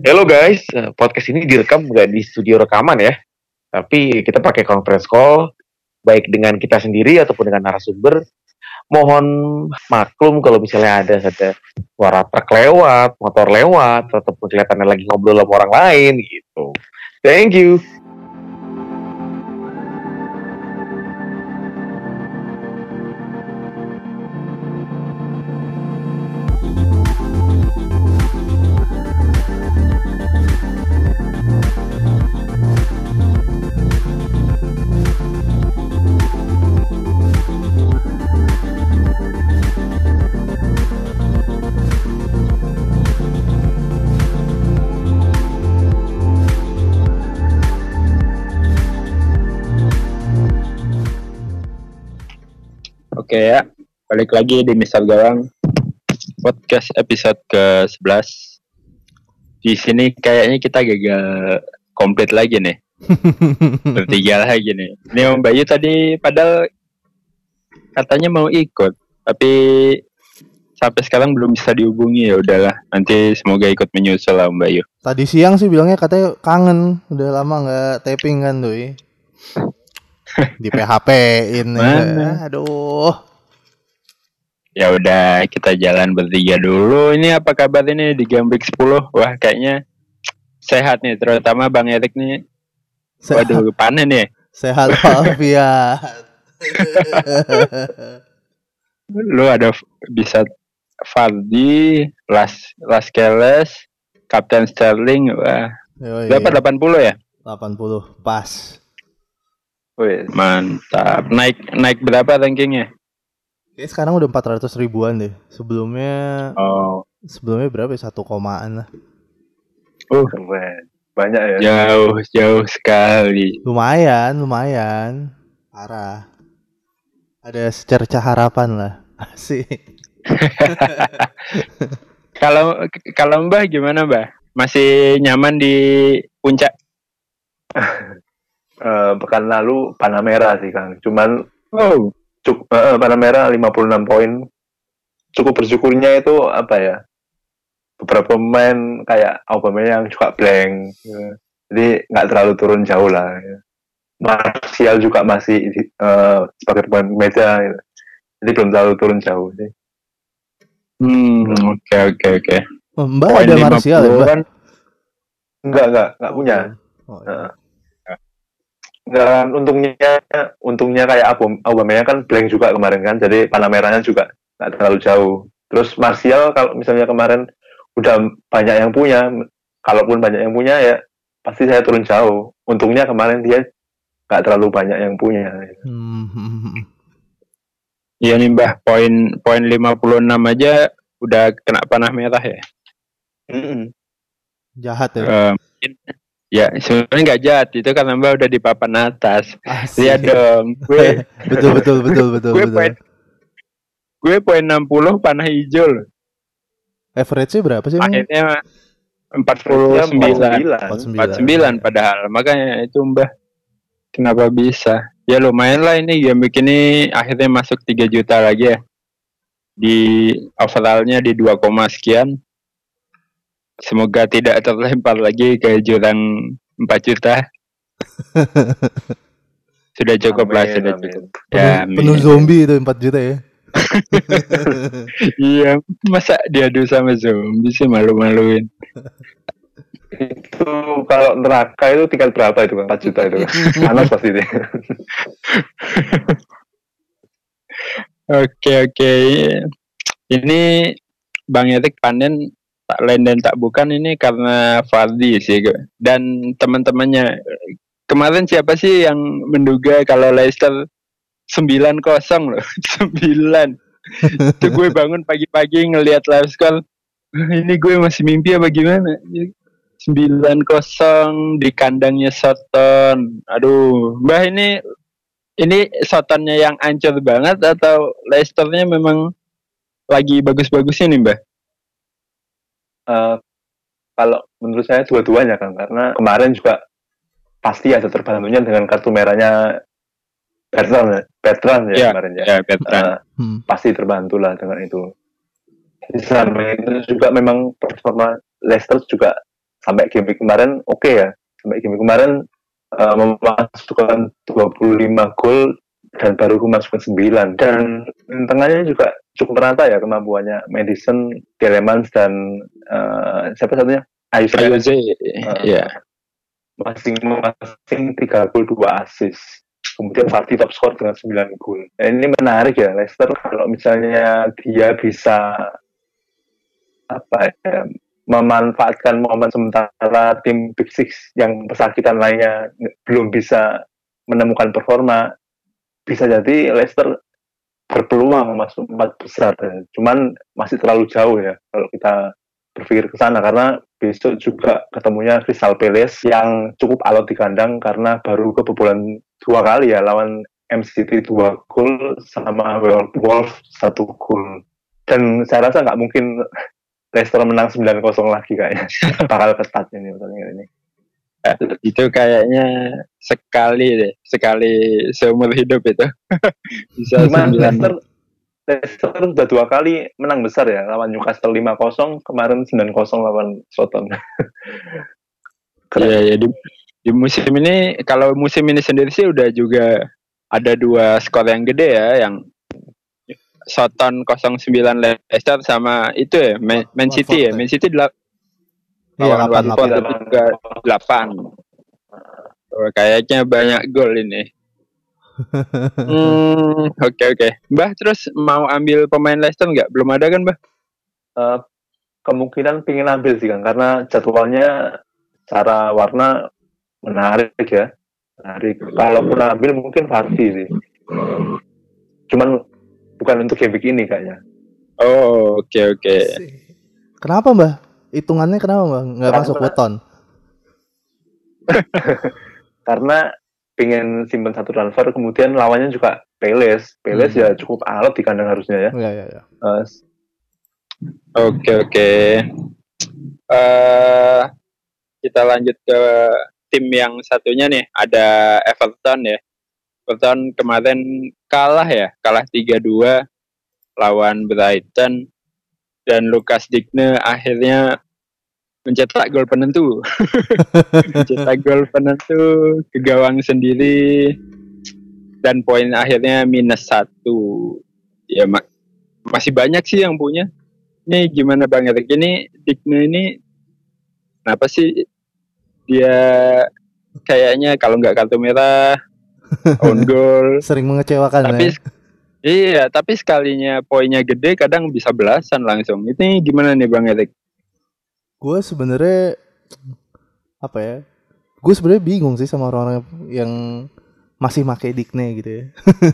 Hello guys, podcast ini direkam nggak di studio rekaman ya, tapi kita pakai conference call, baik dengan kita sendiri ataupun dengan narasumber. Mohon maklum kalau misalnya ada suara truk lewat, motor lewat, ataupun kelihatannya lagi ngobrol sama orang lain gitu. Thank you. Oke ya, balik lagi di Misal Gawang podcast episode ke-11. Di sini kayaknya kita gagal komplit lagi nih. Bertiga lagi nih. Ini Om Bayu tadi padahal katanya mau ikut, tapi sampai sekarang belum bisa dihubungi. Ya udahlah, nanti semoga ikut menyusul lah Om Bayu. Tadi siang sih bilangnya katanya kangen, udah lama nggak taping kan tuh. Di PHP-in ya. Aduh. Ya udah, kita jalan bertiga dulu. Ini apa kabar ini di Gambrik 10? Wah, kayaknya sehat nih, terutama Bang Erik nih. Sehat. Waduh, panen nih. Sehat walafiat. Lu ada bisa Fardi, Las Keles, Kapten Sterling. Wah. Berapa 80 ya? 80 pas. Wih, mantap. Naik berapa rankingnya? Oke, sekarang udah 400 ribuan deh. Sebelumnya berapa ya? 1 komaan lah. Keren. Banyak ya. Jauh sekali. Lumayan. Parah. Ada secercah harapan lah. Asik. Kalau Mbah gimana, Mbah? Masih nyaman di puncak? Pekan lalu Panamera sih Kang. Cuman Oh, Panamera 56 poin. Cukup bersyukurnya itu apa ya? Beberapa pemain kayak Aubameyang juga blank. Jadi nggak terlalu turun jauh lah. Martial juga masih sebagai pemain meja. Jadi belum terlalu turun jauh sih. Oke. Mbak ada Martial ya, Mbak? Kan? Enggak punya. Oh, iya. Dan untungnya kayak Aubameyang kan blank juga kemarin kan, jadi Panameranya juga nggak terlalu jauh. Terus Martial kalau misalnya kemarin udah banyak yang punya, kalaupun banyak yang punya ya pasti saya turun jauh. Untungnya kemarin dia nggak terlalu banyak yang punya. Iya nih Mbah, poin 56 aja udah kena panah merah ya. Jahat ya. Ya sebenarnya nggak jahat, itu kan Mbak udah di papan atas. Asik. Lihat dong, gue betul. Gue poin 60 panah hijau loh. Average-nya berapa sih? Akhirnya 49 padahal. Makanya itu Mbah, kenapa bisa? Ya lumayan lah ini game ini akhirnya masuk 3 juta lagi ya. Di overallnya di 2, sekian. Semoga tidak terlempar lagi ke jurang 4 juta. Sudah cukup lah, sudah cukup. Penuh zombie itu 4 juta ya. Iya, masa diadu sama zombie sih, malu-maluin. Itu kalau neraka itu tinggal berapa itu kan? 4 juta itu kan? Panas pasti deh. Oke. Ini Bang Erik panen tak lain dan tak bukan ini karena Fardi sih. Dan teman-temannya. Kemarin siapa sih yang menduga kalau Leicester 9-0 loh? 9. Itu gue bangun pagi-pagi ngelihat live score. Ini gue masih mimpi apa gimana? 9-0 di kandangnya Soton. Aduh, Mbah ini Sotonnya yang ancur banget atau Leicester-nya memang lagi bagus-bagusnya nih, Mbah? Kalau menurut saya dua-duanya kan, karena kemarin juga pasti ada terbantunya dengan kartu merahnya Bertrand ya kemarin ya. Ya, Bertrand. Pasti terbantu lah dengan itu. Di samping itu juga memang performa Leicester juga sampai game week kemarin oke ya. Sampai game week kemarin memasukkan 25 gol dan baru memasukkan 9. Dan tengahnya juga cukup merata ya kemampuannya. Madison, Tielemans dan siapa satunya? Ayuze, ya. Masing-masing 3 gol 2 assist. Kemudian Vardy top skor dengan 9 gol. Nah, ini menarik ya, Leicester kalau misalnya dia bisa memanfaatkan momen sementara tim Big Six yang pesakitan lainnya belum bisa menemukan performa, bisa jadi Leicester berpeluang masuk 4 besar. Cuman masih terlalu jauh ya kalau kita berpikir ke sana, karena besok juga ketemunya Crystal Palace yang cukup alot di kandang karena baru kebobolan 2 kali ya, lawan MCT 2 gol sama Wolves 1 gol. Dan saya rasa nggak mungkin Leicester menang 9-0 lagi kayaknya. Bakal ketat ini pertandingan ini. Itu kayaknya sekali seumur hidup itu. Bisa 9. Leicester sudah 2 kali menang besar ya, lawan Newcastle 5-0, kemarin 9-0 lawan Southampton. Iya, ya, di musim ini, kalau musim ini sendiri sih udah juga ada 2 skor yang gede ya, yang Southampton 0-9 Leicester sama itu ya, Man City ya. Man City lawan Watford itu juga 8. Kayaknya banyak gol ini. Oke. Mbah, terus mau ambil pemain Leicester nggak? Belum ada kan, Mbah? Kemungkinan pingin ambil sih kan, karena jadwalnya secara warna menarik ya. Kalaupun ambil mungkin Vardy sih. Cuman bukan untuk game ini kayaknya. Oh, oke. Kenapa, Mbah? Hitungannya kenapa, Mbah? Nggak masuk weton? Karena pengen simpen 1 transfer, kemudian lawannya juga Palace ya cukup alot di kandang harusnya ya. Iya. Oke. Kita lanjut ke tim yang satunya nih, ada Everton ya. Everton kemarin kalah 3-2 lawan Brighton, dan Lucas Digne akhirnya mencetak gol penentu. Ke gawang sendiri, dan poin akhirnya -1. Ya masih banyak sih yang punya. Ini gimana Bang Erik? Ini Digne ini kenapa sih dia kayaknya kalau nggak kartu merah, on goal, sering mengecewakan tapi ya? Iya, tapi sekalinya poinnya gede kadang bisa belasan langsung. Ini gimana nih Bang Erik? Gue sebenarnya gue sebenarnya bingung sih sama orang-orang yang masih pakai Digne gitu ya.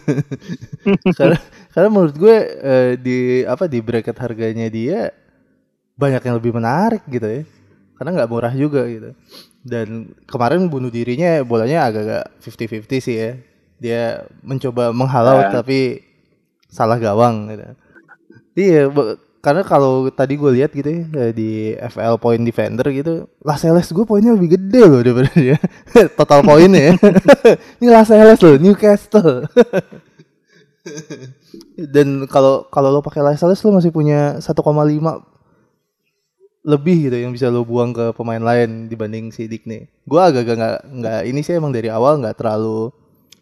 karena menurut gue di bracket harganya dia banyak yang lebih menarik gitu ya, karena nggak murah juga gitu. Dan kemarin bunuh dirinya bolanya agak-agak 50-50 sih ya, dia mencoba menghalau tapi salah gawang gitu. Iya, karena kalau tadi gue lihat gitu ya di FL Point Defender gitu, Lascelles gue poinnya lebih gede loh daripada dia. Total poinnya ya. Ini Lascelles loh, Newcastle. Dan kalau lo pakai Lascelles lo masih punya 1,5 lebih gitu yang bisa lo buang ke pemain lain dibanding si Digne. Gue agak-agak nggak ini sih, emang dari awal nggak terlalu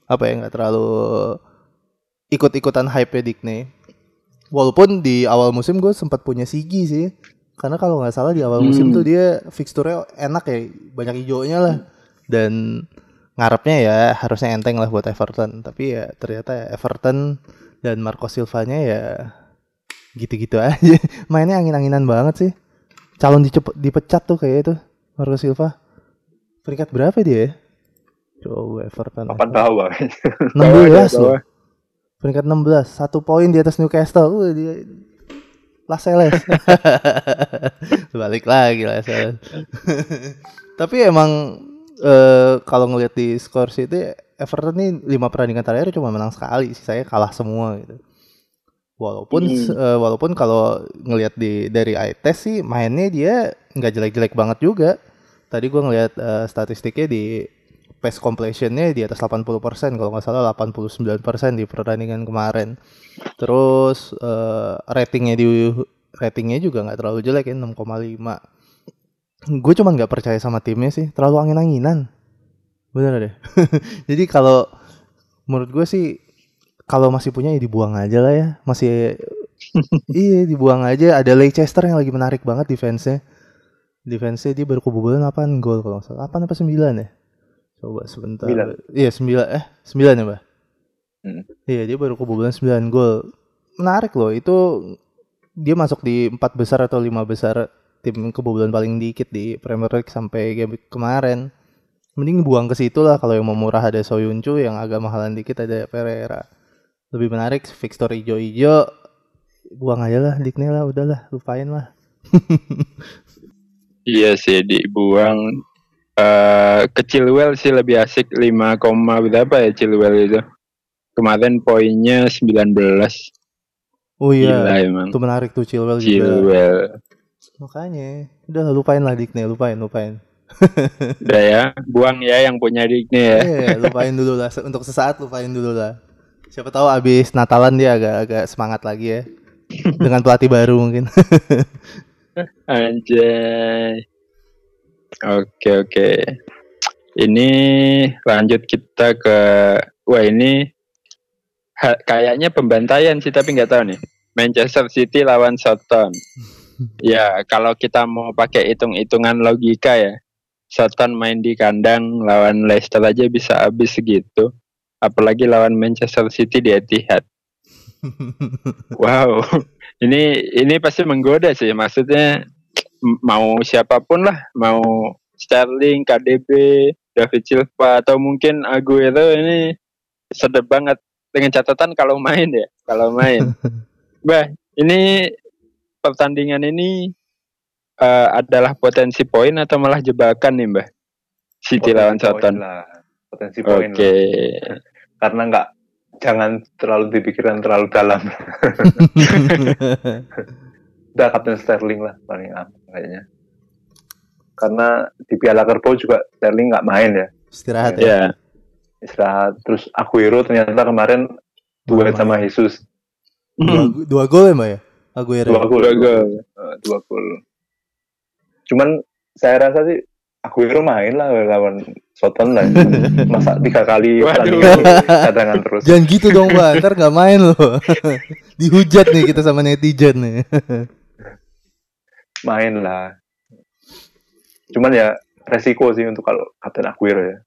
ikut-ikutan hype Digne. Walaupun di awal musim gue sempat punya Sigi sih, karena kalau nggak salah di awal musim tuh dia fixture-nya enak ya, banyak hijaunya lah, dan ngarepnya ya harusnya enteng lah buat Everton. Tapi ya ternyata Everton dan Marco Silva-nya ya gitu-gitu aja. Mainnya angin-anginan banget sih. Calon dipecat tuh kayak itu Marco Silva. Peringkat berapa dia ya? Coba Everton. 8 bawah. 16 loh. Peringkat 16, 1 poin di atas Newcastle. Dia Lascelles. Balik lagi Lascelles. Tapi emang kalau ngelihat di skor itu Everton nih 5 pertandingan terakhir cuma menang sekali, sisanya kalah semua gitu. Walaupun kalau ngelihat dari eye test sih mainnya dia nggak jelek-jelek banget juga. Tadi gue ngelihat statistiknya di pass completion-nya di atas 80%, kalau nggak salah 89% di pertandingan kemarin. Terus ratingnya juga nggak terlalu jelek ya, 6,5. gue cuman nggak percaya sama timnya sih, terlalu angin-anginan. Bener deh. Jadi kalau menurut gue sih, kalau masih punya ya dibuang aja lah ya. Masih iya dibuang aja. Ada Leicester yang lagi menarik banget defense-nya. Defense-nya dia baru kebobolan 8 gol kalau nggak salah. 8 apa 9 ya? Coba sebentar. 9. Iya 9 ya, Mbak. Iya, dia baru kebobolan 9 gol. Menarik loh, itu dia masuk di 4 besar atau 5 besar tim kebobolan paling dikit di Premier League sampai game kemarin. Mending buang ke situ lah. Kalau yang mau murah ada Soyuncu, yang agak mahalan dikit ada Pereira. Lebih menarik fixture ijo-ijo. Buang aja lah Digne lah, udahlah, lupain lah. Iya sih dibuang. Ke Chilwell sih lebih asik 5, berapa ya Chilwell itu. Kemarin poinnya 19. Oh iya, gila emang. itu menarik tuh Chilwell juga. Makanya, udah lupain lah Digne, lupain. Udah ya, buang ya yang punya Digne ya. Iya, lupain dulu lah, untuk sesaat lupain dulu lah. Siapa tahu abis Natalan dia agak semangat lagi ya. Dengan pelatih baru mungkin. Anjay. Oke. Ini lanjut kita ke, wah ini kayaknya pembantaian sih, tapi nggak tahu nih. Manchester City lawan Southampton. Ya kalau kita mau pakai hitung-hitungan logika ya, Southampton main di kandang lawan Leicester aja bisa habis segitu, apalagi lawan Manchester City di Etihad. Wow, ini pasti menggoda sih. Maksudnya mau siapapun lah, mau Sterling, KDB, David Silva, atau mungkin Aguero, ini sedep banget. Dengan catatan kalau main. Bah, ini pertandingan ini adalah potensi poin atau malah jebakan nih, Mbah? City lawan Southampton. Potensi poin. Oke. Karena jangan terlalu dipikirkan terlalu dalam. Udah Kapten Sterling lah paling aman kayaknya. Karena di Piala Kerbau juga Sterling nggak main ya. Istirahat ya. Istirahat. Terus Aguero ternyata kemarin duet sama Jesus. 2 gol ya Mbak ya? Aguero. 2 gol. Cuman saya rasa sih Aguero main lah lawan Southampton lah. Masa 3 kali pertandingan cadangan terus. Jangan gitu dong Mbak, ntar gak main loh. Dihujat nih kita sama netizen nih. Main lah. Cuman ya resiko sih untuk kalau Kapten Aguero ya.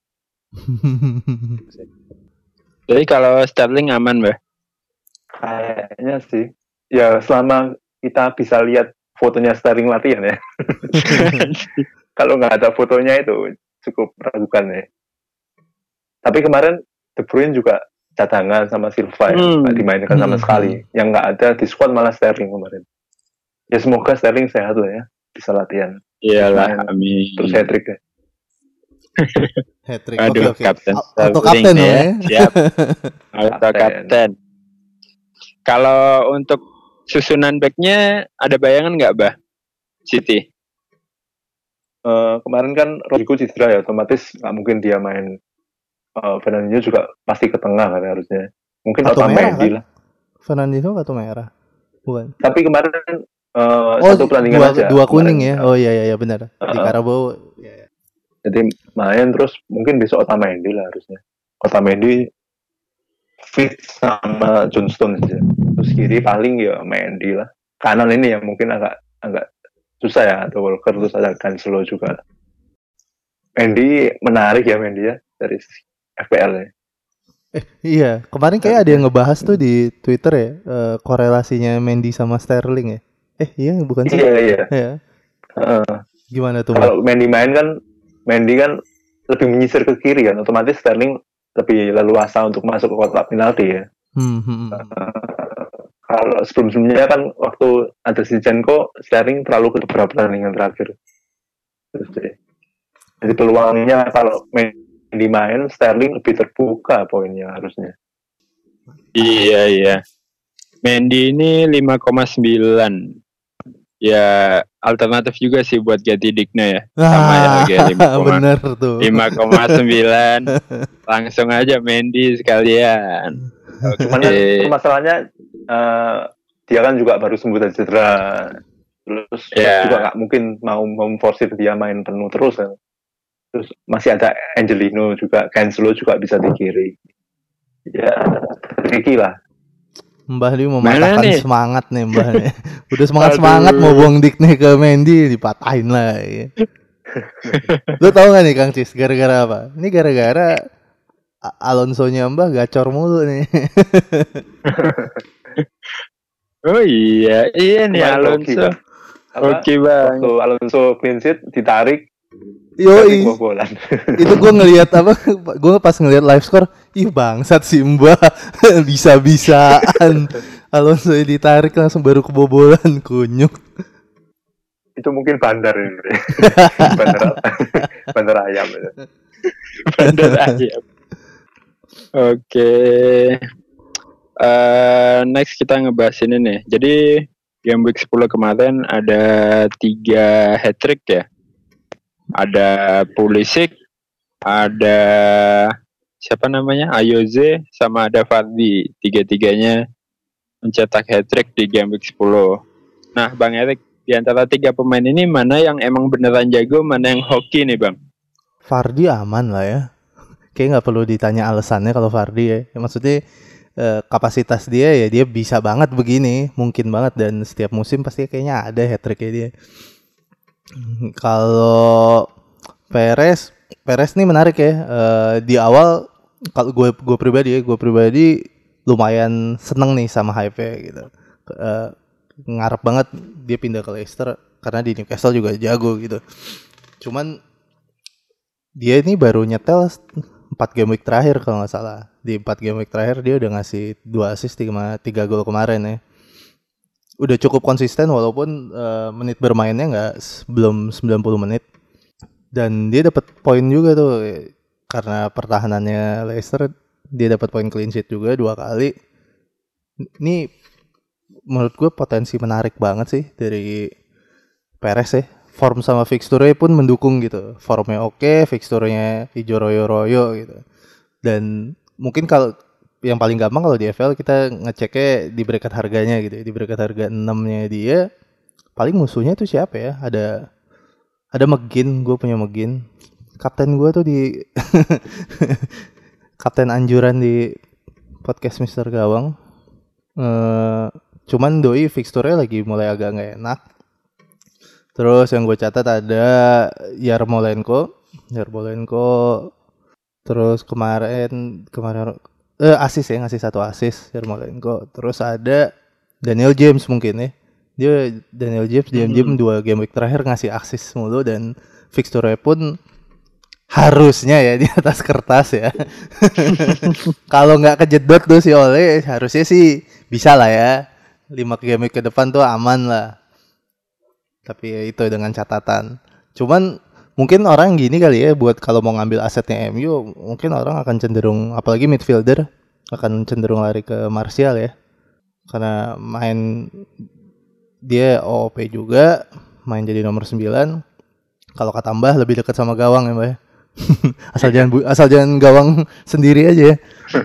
Jadi kalau Sterling aman Mbak? Kayaknya sih. Ya selama kita bisa lihat fotonya Sterling latihan ya. Kalau nggak ada fotonya itu cukup meragukan ya. Tapi kemarin De Bruyne juga cadangan sama Silva ya, nggak dimainkan sama sekali. Yang nggak ada di squad malah Sterling kemarin. Ya semoga Sterling sehat lah ya, bisa latihan. Iyalah, amin. Terus hat-trick ya. Hat-trick. Aduh, Oke. Kapten Auto kapten ya. Siap. Auto kapten. Kalau untuk susunan backnya ada bayangan nggak, Bah? City. Kemarin kan Rodrigo cedera ya, otomatis nggak mungkin dia main. Fernandinho juga pasti ke tengah kan harusnya. Mungkin kartu merah Mendy kan? lah. Fernandinho kartu merah. Bukan. Tapi kemarin satu pertandingan aja. 2 kuning ya. Oh iya benar. Di Carabao. Jadi main terus mungkin besok Otamendi lah harusnya. Otamendi fit sama John Stones aja. Terus kiri paling ya Mendy lah. Kanan ini yang mungkin agak susah ya, atau Walker, terus ada Cancelo juga. Mendy menarik ya dari FPL ya. Iya, kemarin kayak ada yang ngebahas tuh di Twitter ya, korelasinya Mendy sama Sterling ya. Iya bukan sih? Iya. Gimana tuh? Kalau Mendy kan lebih menyisir ke kiri kan, otomatis Sterling lebih leluasa untuk masuk ke kotak penalti ya. Kalau sebelumnya kan waktu ada Zinchenko, Sterling terlalu ke beberapa pertandingan terakhir. Jadi peluangnya kalau Mendy main, Sterling lebih terbuka poinnya harusnya. Iya. Mendy ini 5,9. Ya alternatif juga sih buat ganti Digne ya. Sama ya harga 5, bener tuh. 5,9. Langsung aja Mendy sekalian. Cuman kan masalahnya dia kan juga baru sembuh dari cedera. Terus juga nggak mungkin mau memforsir dia main penuh terus kan. Terus masih ada Angelino juga, Cancelo juga bisa di kiri. Ya, tricky lah. Mbah dia mematahkan semangat nih Mbah nih. Udah semangat mau buang Dik nih ke Mendy, dipatahin lah ya. Lu tau gak nih Kang Cis, gara-gara apa? Ini gara-gara Alonso-nya Mbah gacor mulu nih. Oh iya nih Alonso. Oke bang. Waktu Alonso clean sheet ditarik. Yoi. Itu gue ngelihat apa? Gue pas ngelihat live score, ih bangsat sih Mbah. Bisa-bisaan. Alonso ditarik langsung baru kebobolan, kunyuk. Itu mungkin bandar ini. bandar ayam. Bandar ayam. Oke. Next kita ngebahas ini nih. Jadi game week 10 kemarin ada 3 hat-trick ya. Ada Pulisic, ada siapa namanya? Ayoze sama ada Vardy. Tiga-tiganya mencetak hat-trick di game week 10. Nah, Bang Erik, di antara 3 pemain ini mana yang emang beneran jago, mana yang hoki nih, Bang? Vardy aman lah ya. Kayaknya nggak perlu ditanya alasannya kalau Vardy ya. Maksudnya kapasitas dia ya dia bisa banget begini, mungkin banget dan setiap musim pasti kayaknya ada hat-tricknya dia. Kalau Perez nih menarik ya. Di awal kalau gue pribadi lumayan seneng nih sama hype-nya gitu. Ngarep banget dia pindah ke Leicester karena di Newcastle juga jago gitu. Cuman dia ini baru nyetel 4 game week terakhir kalau nggak salah. Di 4 game week terakhir dia udah ngasih 2 assist 3 gol kemarin ya. Udah cukup konsisten walaupun menit bermainnya nggak belum 90 menit. Dan dia dapat poin juga tuh karena pertahanannya Leicester, dia dapat poin clean sheet juga 2 kali. Ini menurut gue potensi menarik banget sih dari Perez ya. Form sama fixture-nya pun mendukung gitu. Formnya oke, fixture-nya hijau royo-royo gitu. Dan mungkin kalau yang paling gampang kalau di FL kita ngeceknya di bracket harganya gitu. Di bracket harga 6-nya dia paling musuhnya tuh siapa ya? Ada McGinn, gue punya McGinn. Kapten gue tuh di kapten anjuran di podcast Mr. Gawang. Cuman doi fixture-nya lagi mulai agak nggak enak. Terus yang gue catat ada Yarmolenko. Terus kemarin asis ya, ngasih 1 asis Yarmolenko. Terus ada Daniel James mungkin ya. Dia Daniel James diam-diam 2 game week terakhir ngasih asis mulu dan fixture pun harusnya ya di atas kertas ya. Kalau nggak kejedot tuh si Ole harusnya sih bisa lah ya. 5 game week ke depan tuh aman lah. Tapi ya itu dengan catatan. Cuman mungkin orang gini kali ya, buat kalau mau ngambil asetnya MU, mungkin orang akan cenderung, apalagi midfielder, akan cenderung lari ke Martial ya. Karena main dia OOP juga, main jadi nomor 9. Kalau kata Mbah lebih dekat sama gawang ya Mbah ya. asal jangan gawang sendiri aja ya.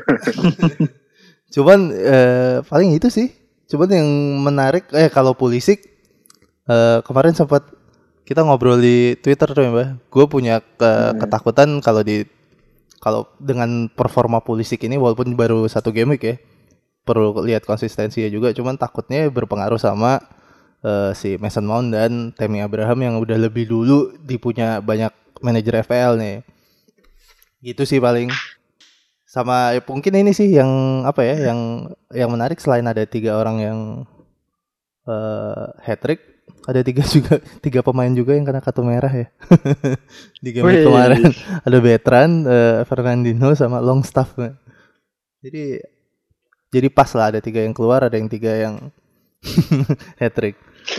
Cuman paling itu sih. Cuman yang menarik kalau Pulisic kemarin sempat kita ngobrol di Twitter tuh ya Mbak. Gue punya ketakutan kalau dengan performa Pulisic ini walaupun baru 1 game week ya. Perlu lihat konsistensinya juga, cuman takutnya berpengaruh sama si Mason Mount dan Tammy Abraham yang udah lebih dulu dipunya banyak manajer FPL nih. Gitu sih paling. Sama mungkin ini sih yang apa ya, yang menarik selain ada 3 orang yang hat-trick, ada 3 pemain juga yang kena kartu merah ya. Di game kemarin ada Bertrand, Fernandinho sama Longstaff. Jadi pas lah, ada 3 yang keluar, ada yang 3 yang hat-trick.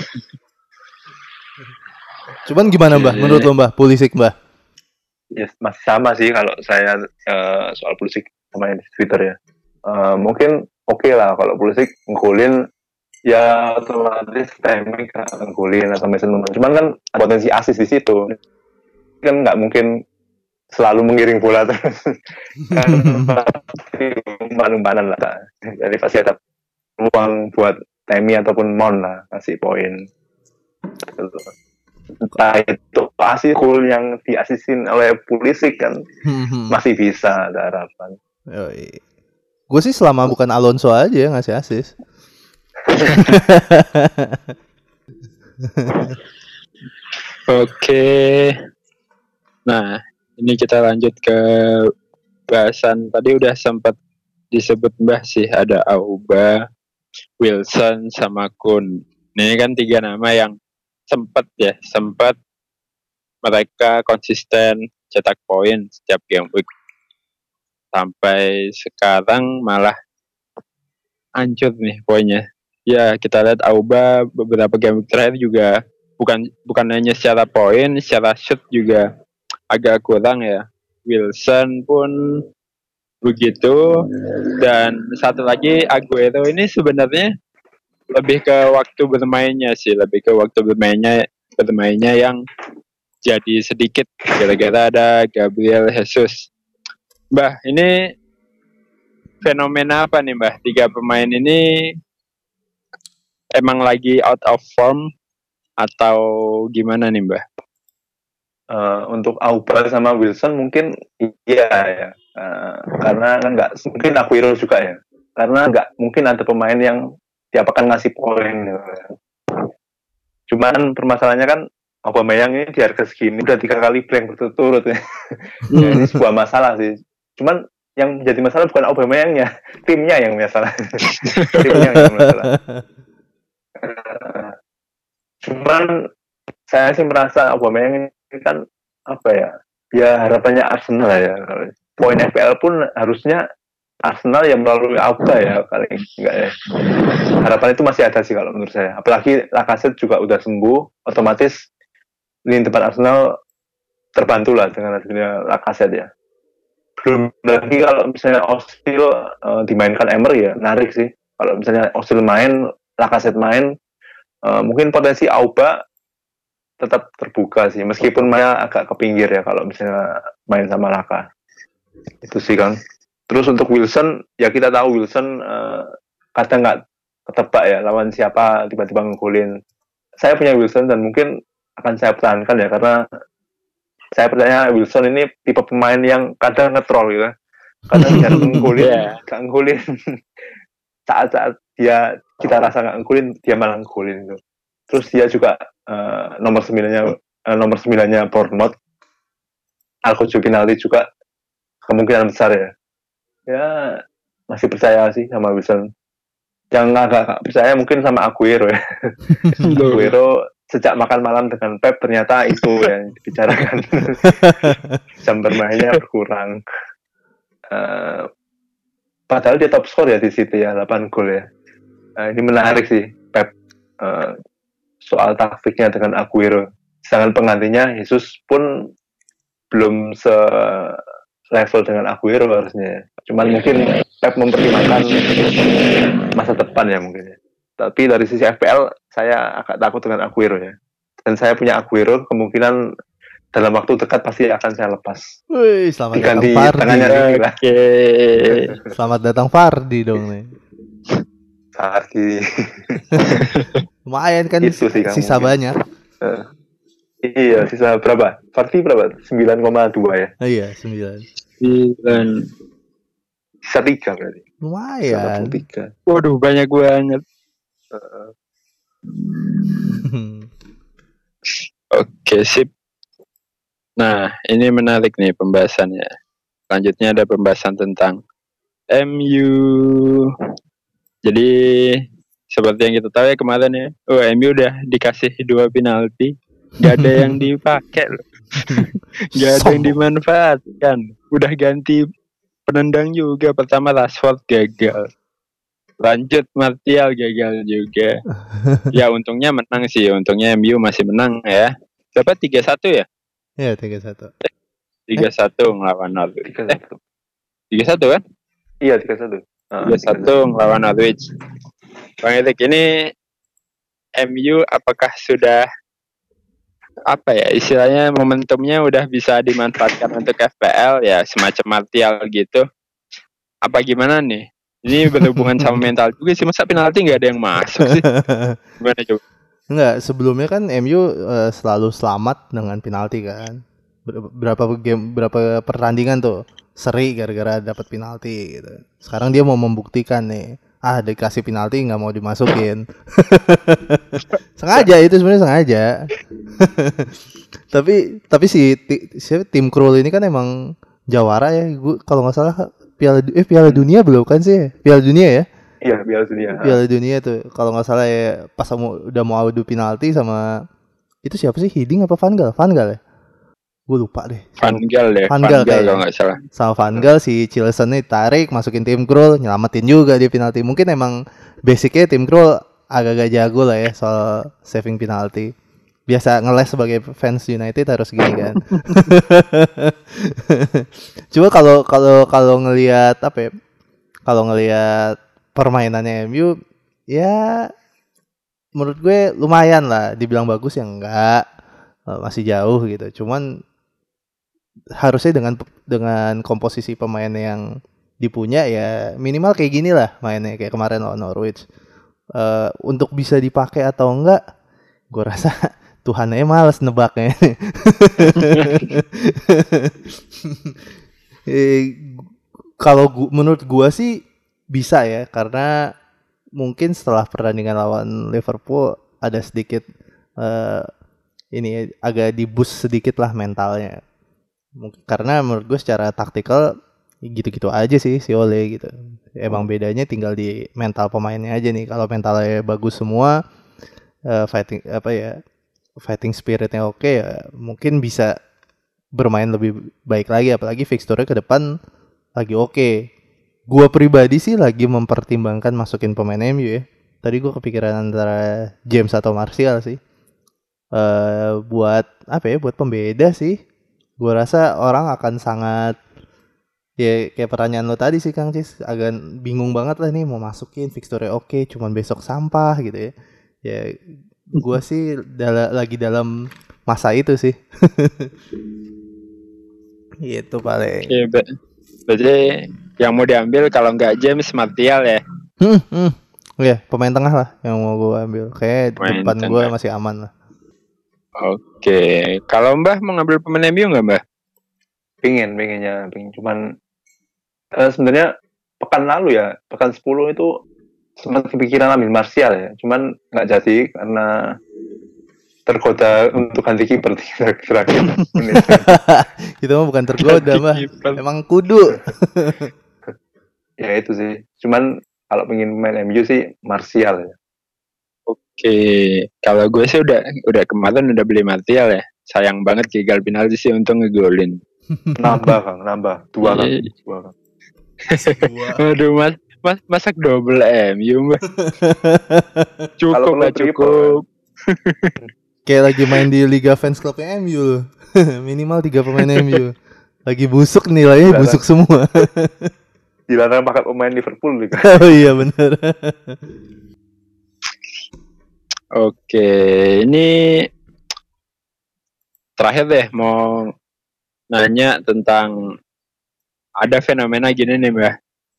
Cuman gimana Mbah? Menurut lo Mbah, Pulisic Mbah? Yes, masih sama sih kalau saya soal Pulisic sama yang di Twitter ya. Mungkin oke lah kalau Pulisic ngegolin ya otomatis timing ngegolin atau Mason Mount. Cuman kan potensi asis di situ. Kan nggak mungkin selalu mengiring bola terus. Kan pasti umpan-umpanan lah. Jadi pasti ada ruang buat Tammy ataupun Mount lah kasih poin. Entah itu pasti gol yang diasisin oleh Pulisic kan masih bisa ada harapan. Gue sih selama bukan Alonso aja yang ngasih asis. Oke. Nah, ini kita lanjut ke bahasan tadi udah sempat disebut Mbah sih, ada Auba, Wilson sama Kun. Ini kan 3 nama yang sempat mereka konsisten cetak poin setiap game week. Sampai sekarang malah hancur nih poinnya. Ya, kita lihat Auba beberapa game week terakhir juga bukan hanya secara poin, secara shoot juga agak kurang ya. Wilson pun begitu, dan satu lagi Aguero ini sebenarnya lebih ke waktu bermainnya yang jadi sedikit gara-gara ada Gabriel Jesus. Mbah, ini fenomena apa nih Mbah? 3 pemain ini emang lagi out of form atau gimana nih Mbah? Untuk Auba sama Wilson mungkin iya ya. Karena kan nggak mungkin Aguero juga ya, karena nggak mungkin ada pemain yang diapakan ngasih poin gitu. Cuman permasalahannya kan Aubameyang ini di harga segini udah 3 kali blank berturut-turut ya. Ya, ini sebuah masalah sih. Cuman yang menjadi masalah bukan Aubameyangnya, timnya yang masalah. Timnya yang masalah. Cuman saya sih merasa Aubameyang ini kan apa ya? Ya harapannya Arsenal ya. Poin FPL pun harusnya Arsenal yang melalui Auba ya kali enggak ya. Harapan itu masih ada sih kalau menurut saya. Apalagi Lacazette juga udah sembuh, otomatis lini depan Arsenal terbantu lah dengan adanya Lacazette ya. Belum lagi kalau misalnya Ozil dimainkan Emery ya, menarik sih. Kalau misalnya Ozil main, Lacazette main, mungkin potensi Auba tetap terbuka sih, meskipun Maya agak ke pinggir ya kalau misalnya main sama Laka. Itu sih kan. Terus untuk Wilson, ya kita tahu Wilson kadang nggak ketebak ya lawan siapa tiba-tiba ngegolin. Saya punya Wilson dan mungkin akan saya pertahankan ya, karena saya percaya Wilson ini tipe pemain yang kadang ngetrol gitu. Kadang dia ngegolin, saat-saat dia kita rasa nggak ngegolin, dia malah ngegolin gitu. Terus dia juga nomor 9-nya Bournemouth, Alcojo penalti juga kemungkinan besar ya. Ya masih percaya sih sama Wilson. Yang agak percaya mungkin sama Aguero ya. Aguero sejak makan malam dengan Pep ternyata itu yang dibicarakan. Jam bermainnya berkurang. Padahal dia top skor ya di City ya, 8 gol ya. Ini menarik sih Pep soal taktiknya dengan Aguero. Sedangkan penggantinya Jesus pun belum level dengan Aguero harusnya. Cuman mungkin Pep mempertimbangkan masa depan ya mungkin ya. Tapi dari sisi FPL saya agak takut dengan Aguero ya. Dan saya punya Aguero, kemungkinan dalam waktu dekat pasti akan saya lepas. Wih, selamat diganti datang tangannya Fardi. Oke. Selamat datang Fardi dong nih. Fardi. Lumayan kan Itu sih, sisa banyak. Iya, sisa berapa? Fardi berapa? 9,2 ya? Iya, 9. Sisa 3 berarti. Lumayan. 3. Waduh, banyak banget. Oke, sip. Nah, ini menarik nih pembahasannya. Selanjutnya ada pembahasan tentang MU. Jadi, seperti yang kita tahu ya kemarin ya, MU udah dikasih 2 penalti, gak ada yang dipakai loh. Gak ada yang dimanfaatkan. Udah ganti penendang juga, pertama Rashford gagal, lanjut Martial gagal juga. Ya untungnya menang sih, untungnya MU masih menang ya. Dapat 3-1 ya? Iya, 3-1. 3-1 ngelawan Norwich. 3-1 kan? Iya, 3-1. 3-1 ngelawan Norwich. Bang Erik, ini MU apakah sudah apa ya istilahnya momentumnya udah bisa dimanfaatkan untuk FPL ya, semacam Martial gitu? Apa gimana nih? Ini berhubungan sama mental juga sih, masa penalti nggak ada yang masuk sih? Gimana coba? Enggak, sebelumnya kan MU selalu selamat dengan penalti kan. Berapa pertandingan tuh seri gara-gara dapat penalti gitu. Sekarang dia mau membuktikan nih. Dikasih penalti nggak mau dimasukin. Sengaja itu sebenarnya sengaja. tapi tim Krul ini kan emang jawara ya. Gua kalau nggak salah Piala Dunia belum kan sih? Piala Dunia ya? Iya, Piala Dunia. Piala Dunia tuh kalau nggak salah ya pas udah mau adu penalti sama itu siapa sih, Hiding apa Van Gaal? Van Gaal ya? Gue lupa deh. Van Gaal kalau nggak salah. Sama Van Gaal si Chilwell nih tarik masukin tim Krul, nyelamatin juga dia penalti. Mungkin emang basicnya tim Krul agak-agak jago lah ya soal saving penalti. Biasa ngeles sebagai fans United harus gini kan. Cuma kalau ngelihat apa ya? Kalau ngelihat permainannya MU ya menurut gue lumayan lah, dibilang bagus ya enggak, masih jauh gitu. Cuman harusnya dengan komposisi pemain yang dipunya ya minimal kayak gini lah mainnya kayak kemarin lawan Norwich. Untuk bisa dipakai atau enggak, gue rasa Tuhannya malas nebaknya. Kalau menurut gue sih bisa ya, karena mungkin setelah pertandingan lawan Liverpool ada sedikit ini agak di-boost sedikit lah mentalnya. Karena menurut gue secara taktikal gitu-gitu aja sih si Ole gitu. Emang bedanya tinggal di mental pemainnya aja nih. Kalau mentalnya bagus semua, fighting spiritnya oke ya, mungkin bisa bermain lebih baik lagi. Apalagi fixture-nya ke depan lagi oke. Gua pribadi sih lagi mempertimbangkan masukin pemain MU ya. Tadi gua kepikiran antara James atau Martial sih. Buat pembeda sih. Gua rasa orang akan sangat ya kayak pertanyaan lo tadi sih Kang Cis, agak bingung banget lah nih mau masukin fixture oke, cuman besok sampah gitu ya. Ya gua sih lagi dalam masa itu sih. Gitu paling. Iya, berarti yang mau diambil kalau nggak James, Martial ya. Iya, pemain tengah lah yang mau gue ambil. Kayak depan gue masih aman lah. Oke, kalau Mbah mau ngambil pemain MU nggak Mbah? Pingin. Cuman sebenarnya pekan 10 itu sempat kepikiran ambil Martial ya. Cuman nggak jadi karena tergoda untuk ganti kiper terakhir. Itu mah bukan tergoda mah, emang kudu. Ya itu sih. Cuman kalau pengen main MU sih Martial ya. Oke, kalau gue sih udah kemarin udah beli Martial ya. Sayang banget gagal penalti sih, untung ngegolin. Nambah 2 kan. Aduh masak double MU Mbak. Cukup. Kayak lagi main di Liga Fans Clubnya MU loh. Minimal 3 pemain MU. Lagi busuk, nilainya busuk semua. Dilarang pakai pemain Liverpool gitu. Oh iya benar. Oke, ini terakhir deh mau nanya tentang ada fenomena gini nih Mbak.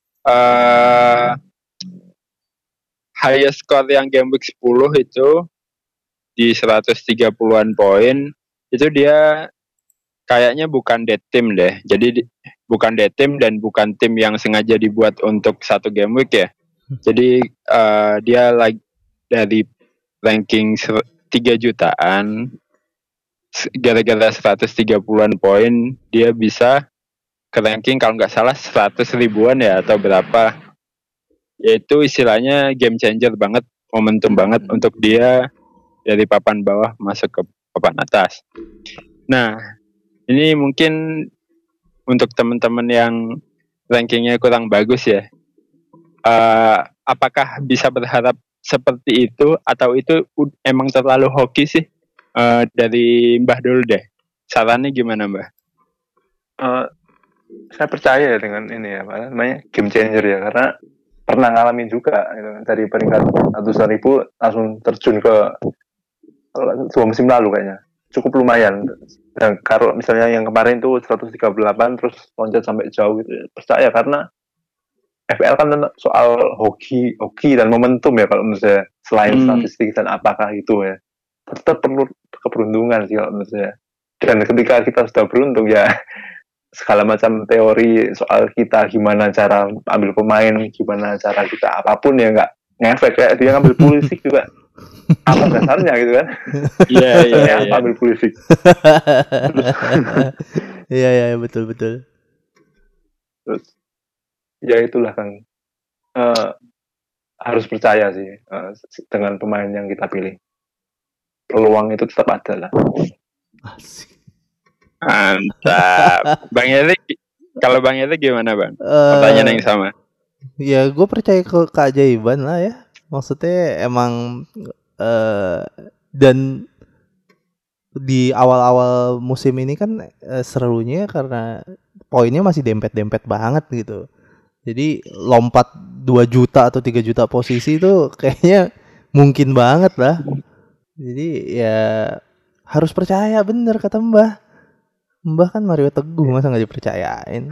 Highest score yang game week 10 itu di 130-an poin, itu dia kayaknya bukan dead team deh. Jadi bukan dead team dan bukan tim yang sengaja dibuat untuk satu game week ya. Jadi dia dari ranking 3 jutaan, gara-gara 130-an poin dia bisa ke ranking kalau nggak salah 100 ribuan ya atau berapa. Yaitu istilahnya game changer banget, momentum banget untuk dia dari papan bawah masuk ke papan atas. Nah, ini mungkin untuk teman-teman yang rankingnya kurang bagus ya, apakah bisa berharap seperti itu atau itu emang terlalu hoki sih? Dari Mbah dulu deh, sarannya gimana Mbah? Saya percaya dengan ini ya, apa namanya, game changer ya, karena pernah ngalamin juga gitu. Dari peringkat ratusan ribu langsung terjun ke 2 musim lalu kayaknya cukup lumayan. Dan kalau misalnya yang kemarin tuh 138 terus loncat sampai jauh gitu, percaya karena FPL kan soal hoki dan momentum ya kalau menurut saya, selain statistik dan apakah itu ya, tetap perlu keberuntungan sih kalau menurut saya. Dan ketika kita sudah beruntung ya, segala macam teori soal kita gimana cara ambil pemain, gimana cara kita apapun ya nggak ngefek. Kayak dia ngambil Pulisic juga apa dasarnya gitu kan. Iya. Ambil Pulisic. Iya betul. Terus ya itulah Kang, harus percaya sih dengan pemain yang kita pilih. Peluang itu tetap ada lah. Asik. Mantap. Bang Erik, kalau Bang Erik gimana Bang? Pertanyaan yang sama. Ya gue percaya ke keajaiban lah ya. Maksudnya emang dan di awal-awal musim ini kan serunya karena poinnya masih dempet-dempet banget gitu. Jadi lompat 2 juta atau 3 juta posisi itu kayaknya mungkin banget lah. Jadi ya harus percaya, bener kata Mbah. Mbah kan Mario Teguh, masa gak dipercayain.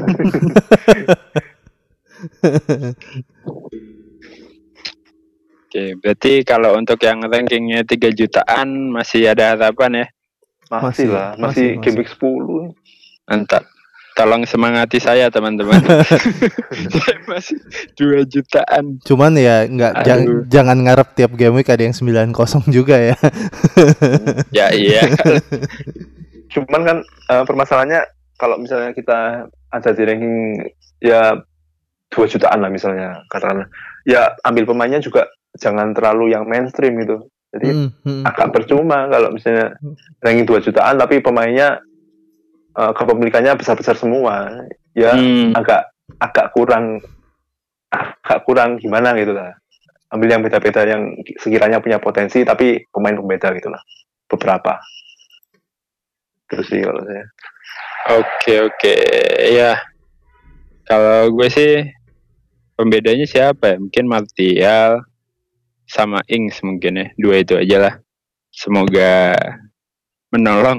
Oke, berarti kalau untuk yang rankingnya 3 jutaan masih ada harapan ya? Masih game week 10. Mantap. Tolong semangati saya teman-teman. Saya masih 2 jutaan. Cuman ya jangan ngarep tiap game week ada yang 9-0 juga ya. Ya iya. Cuman kan permasalahannya kalau misalnya kita ada di ranking ya 2 jutaan lah misalnya, katakanlah. Ya ambil pemainnya juga jangan terlalu yang mainstream gitu. Jadi agak percuma kalau misalnya ranking 2 jutaan tapi pemainnya kepemilikannya besar-besar semua, ya agak kurang gimana gitu lah. Ambil yang beda-beda yang sekiranya punya potensi tapi pemain pembeda gitu lah, beberapa. Terus sih kalau saya. Oke. Ya, kalau gue sih pembedanya siapa ya? Mungkin Martial sama Ings mungkin ya, 2 itu aja lah. Semoga menolong.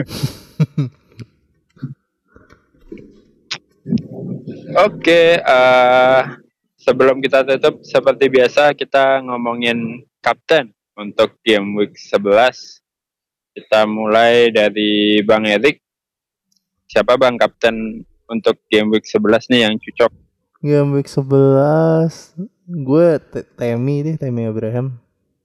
Oke, sebelum kita tutup seperti biasa kita ngomongin kapten untuk game week 11. Kita mulai dari Bang Erik. Siapa Bang kapten untuk game week 11 nih yang cocok? Game week 11 gue Temi Abraham.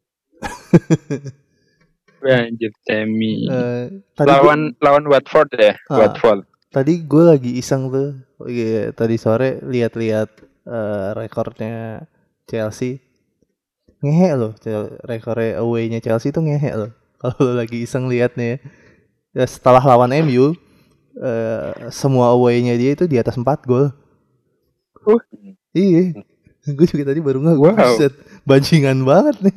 Anjir Temi. Lawan Watford ya? Watford. Tadi gue lagi iseng tuh. Tadi sore lihat-lihat rekornya Chelsea. Ngehe loh, rekornya away-nya Chelsea tuh ngehe loh. Kalau lagi iseng liatnya ya. Setelah lawan MU, semua away-nya dia itu di atas 4 gol. Iya. Gue juga tadi baru set bajingan banget nih.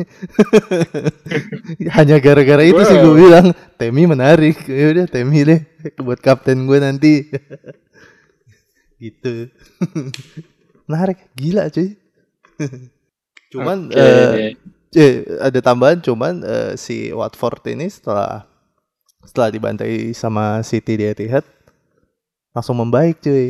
Hanya gara-gara itu sih gue bilang Temi menarik. Ya udah Temi deh buat kapten gue nanti. Gitu. Menarik, gila cuy. Cuman ada tambahan, cuman si Watford ini setelah dibantai sama City di Etihad langsung membaik cuy.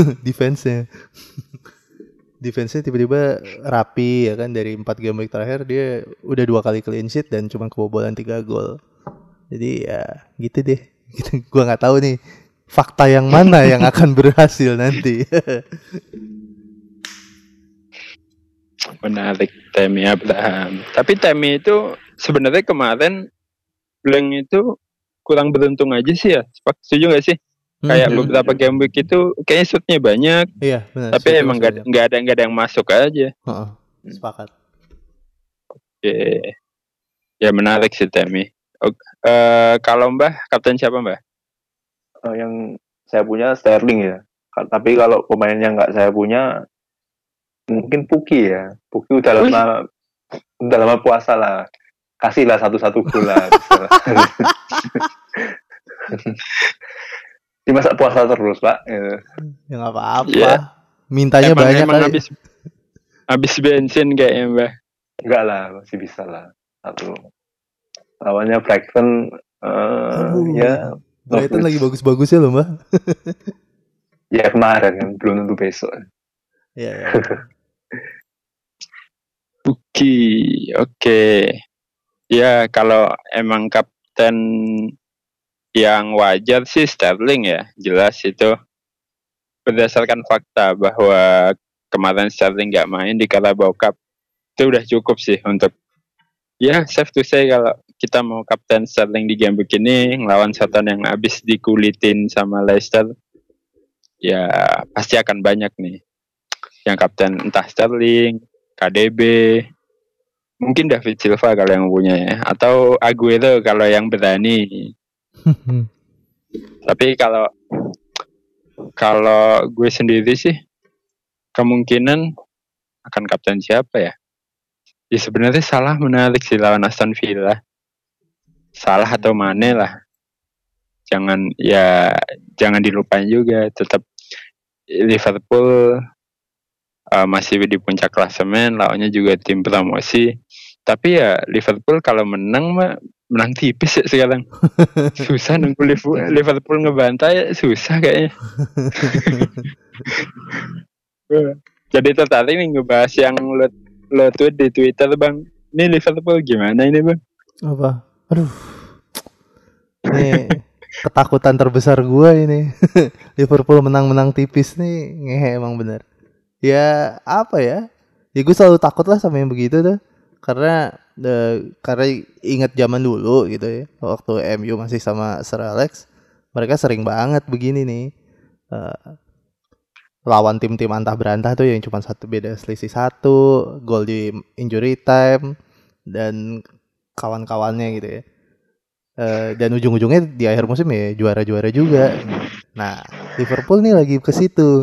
Defense-nya tiba-tiba rapi ya kan, dari 4 game week terakhir dia udah 2 kali clean sheet dan cuma kebobolan 3 gol. Jadi ya gitu deh. Gua enggak tahu nih fakta yang mana yang akan berhasil nanti. Menarik Temi Abraham. Tapi Temi itu sebenarnya kemarin Blank itu kurang beruntung aja sih ya. Setuju gak sih? Kayak beberapa game week itu kayaknya shootnya banyak. Iya, benar. Tapi emang nggak ada yang masuk aja. Sepakat. Oke. Ya menarik sih Temi. Kalau Mbah, kapten siapa Mbah? Yang saya punya Sterling ya. Tapi kalau pemain yang nggak saya punya mungkin Puki ya. Puki udah lama puasa lah. Kasihlah 1 gol lah. Ini masa puasa terus Pak? Ya nggak apa-apa. Yeah. Mintanya emang, banyak kali. Habis bensin kayaknya Mbak. Enggak lah, masih bisa lah. 1. Lawannya Brighton. Ya. Brighton lagi bagus-bagusnya loh Mbak. Ya kemarin kan, belum tentu besok. Ya. Oke. Ya kalau emang kapten yang wajar sih Sterling ya, jelas itu berdasarkan fakta bahwa kemarin Sterling nggak main di Carabao Cup, itu udah cukup sih untuk ya safe to say kalau kita mau kapten Sterling di game begini ngelawan Soton yang abis dikulitin sama Leicester, ya pasti akan banyak nih yang kapten, entah Sterling, KDB, mungkin David Silva kalau yang punya ya, atau Aguero kalau yang berani. Tapi kalau gue sendiri sih kemungkinan akan kapten siapa ya? Ya sebenarnya Salah menarik sih lawan Aston Villa. Salah atau Mane lah. Jangan dilupain juga, tetap Liverpool masih di puncak klasemen, lawannya juga tim promosi. Tapi ya Liverpool kalau menang menang tipis ya sekarang. Susah nunggu Liverpool ngebantai, susah kayaknya. Jadi tertarik nih ngebahas yang lo tweet di Twitter Bang. Ini Liverpool gimana ini Bang? Apa? Aduh. Ini ketakutan terbesar gue ini. Liverpool menang tipis nih, ngehe emang bener. Ya apa ya? Ya gue selalu takut lah sama yang begitu tuh. Karena ingat zaman dulu gitu ya. Waktu MU masih sama Sir Alex, mereka sering banget begini nih. Lawan tim-tim antah berantah tuh yang cuma beda selisih 1 gol di injury time dan kawan-kawannya gitu ya. Dan ujung-ujungnya di akhir musim ya juara-juara juga. Nah, Liverpool nih lagi ke situ.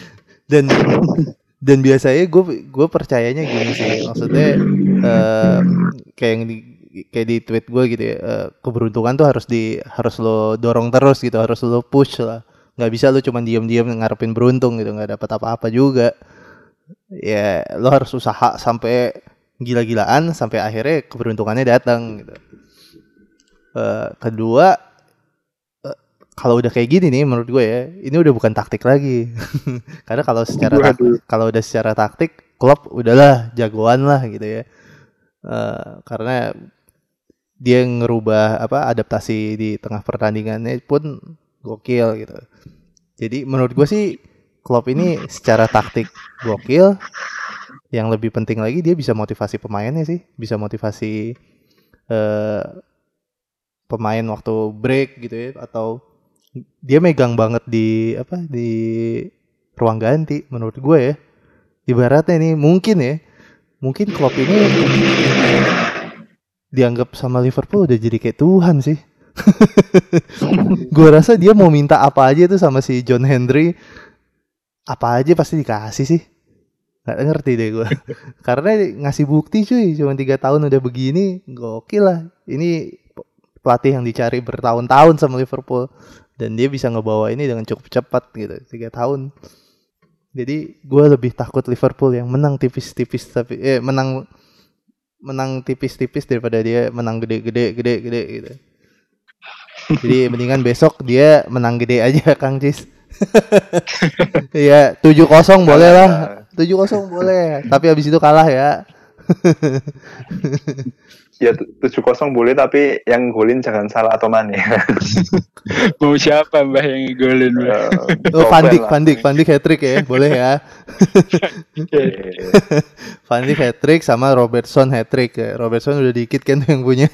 dan biasanya gue percayanya gini sih, maksudnya kayak di tweet gue gitu ya, keberuntungan tuh harus lo dorong terus gitu, harus lo push lah. Nggak bisa lo cuma diam-diam ngarepin beruntung gitu, nggak dapat apa-apa juga. Ya lo harus usaha sampai gila-gilaan sampai akhirnya keberuntungannya datang gitu. Kedua, kalau udah kayak gini nih menurut gue ya, ini udah bukan taktik lagi. Karena kalau udah secara taktik, Klopp udahlah jagoan lah gitu ya. Karena dia ngerubah adaptasi di tengah pertandingannya pun gokil gitu. Jadi menurut gue sih Klopp ini secara taktik gokil. Yang lebih penting lagi dia bisa motivasi pemainnya sih, bisa motivasi pemain waktu break gitu ya, atau dia megang banget di ruang ganti menurut gue ya. Ibaratnya nih mungkin Klopp ini dianggap sama Liverpool udah jadi kayak Tuhan sih. Gue rasa dia mau minta apa aja tuh sama si John Henry, apa aja pasti dikasih sih. Gak ngerti deh gue. Karena ngasih bukti cuy, cuma 3 tahun udah begini, gokil lah. Ini pelatih yang dicari bertahun-tahun sama Liverpool, dan dia bisa ngebawa ini dengan cukup cepat gitu, 3 tahun. Jadi gue lebih takut Liverpool yang menang tipis-tipis tapi menang tipis-tipis daripada dia menang gede gitu. Jadi mendingan besok dia menang gede aja Kang Cis. Ya 7-0 boleh lah. 7-0 boleh, tapi habis itu kalah ya. Ya 7-0 boleh, tapi yang golin jangan Salah atau Mane. Mau siapa Mbah yang golin? Van Dijk hat-trick ya, boleh ya. Van Dijk hat-trick sama Robertson hat-trick ya. Robertson udah dikit kan tuh yang punya.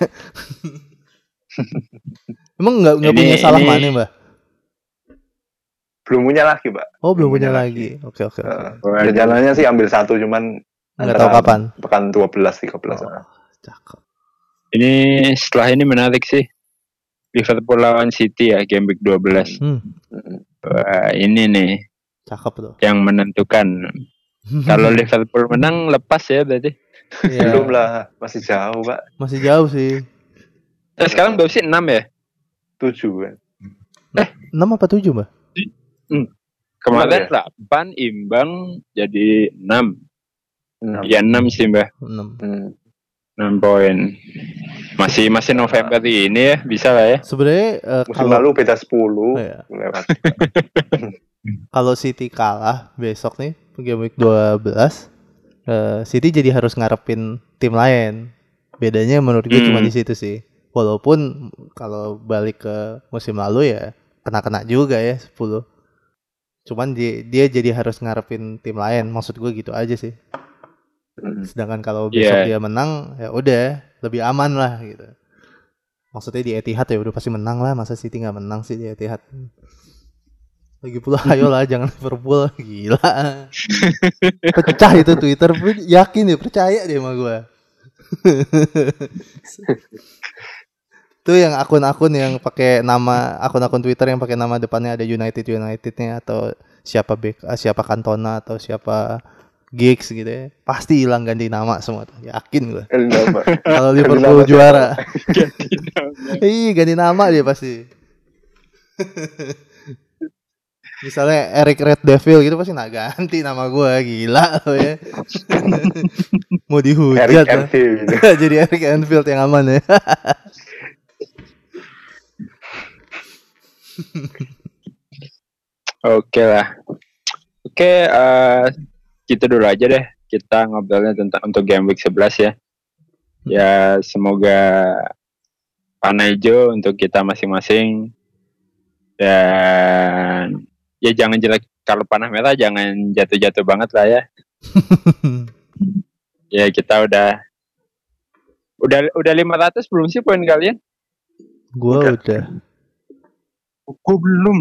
Emang nggak punya Salah Mane Mbah? Belum punya lagi, Pak. Oh, belum punya lagi. Oke. Rencananya sih ambil 1, cuman nggak tahu kapan. Pekan 12-13. Cakep. Ini setelah ini menarik sih. Liverpool lawan City ya, game week 12. Wah, ini nih. Cakep tuh. Yang menentukan. Kalau Liverpool menang lepas ya berarti. Ya. Belum lah, masih jauh, Pak. Masih jauh sih. Sekarang berapa sih? 6 ya? 7 kan. 6 apa 7, Mbak? Kemarin 8 imbang jadi 6. Ya 6 sih, Mbak. 6 poin. Masih November ini ya, bisa lah ya. Sebenarnya musim lalu beda 10 ya. lewat. kalau City kalah besok nih game week 12, City jadi harus ngarepin tim lain. Bedanya menurut gue cuma di situ sih. Walaupun kalau balik ke musim lalu ya kena juga ya 10. Cuman dia jadi harus ngarepin tim lain. Maksud gue gitu aja sih. Sedangkan kalau besok dia menang, ya udah lebih aman lah gitu. Maksudnya di Etihad ya udah pasti menang lah. Masa City nggak menang sih di Etihad? Lagi pula ayolah jangan Liverpool, gila. Pecah itu Twitter, yakin deh, percaya deh sama gue. Tuh yang akun-akun yang pakai nama, akun-akun Twitter yang pakai nama depannya ada Unitednya atau siapa Cantona atau siapa Giggs gitu ya, pasti hilang ganti nama semua tuh, yakin gue. Kalau Liverpool juara, ganti nama dia pasti. Misalnya Eric Red Devil gitu pasti ganti nama gue, gila loh ya. Mau dihujat lah. Jadi Eric Enfield yang aman ya. Oke lah. Oke, gitu dulu aja deh. Kita ngobrolnya tentang untuk game week 11 ya. Ya semoga panah hijau untuk kita masing-masing. Dan ya jangan jelek, kalau panah merah jangan jatuh-jatuh banget lah ya. Ya kita udah 500 belum sih poin kalian? Gua udah. Gue belum.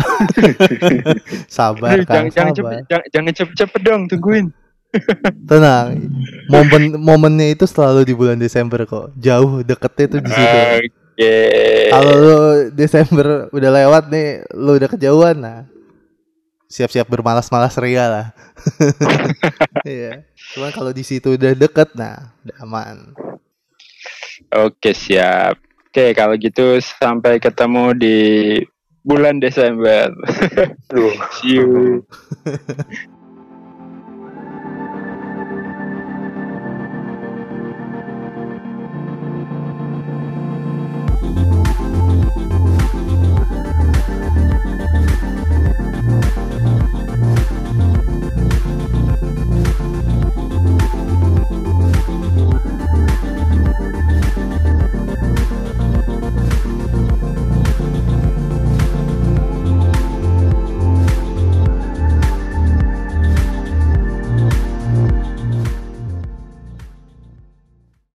Sabar kan, jangan cepet-cepet dong, tungguin. Tenang, momennya itu selalu di bulan Desember kok. Jauh deketnya tuh di situ. Kalau lu Desember udah lewat nih, lu udah kejauhan, nah siap-siap bermalas-malas ria lah. Iya. Cuman kalau di situ udah deket, nah udah aman. Oke, siap. Oke, kalau gitu sampai ketemu di bulan Desember. See you.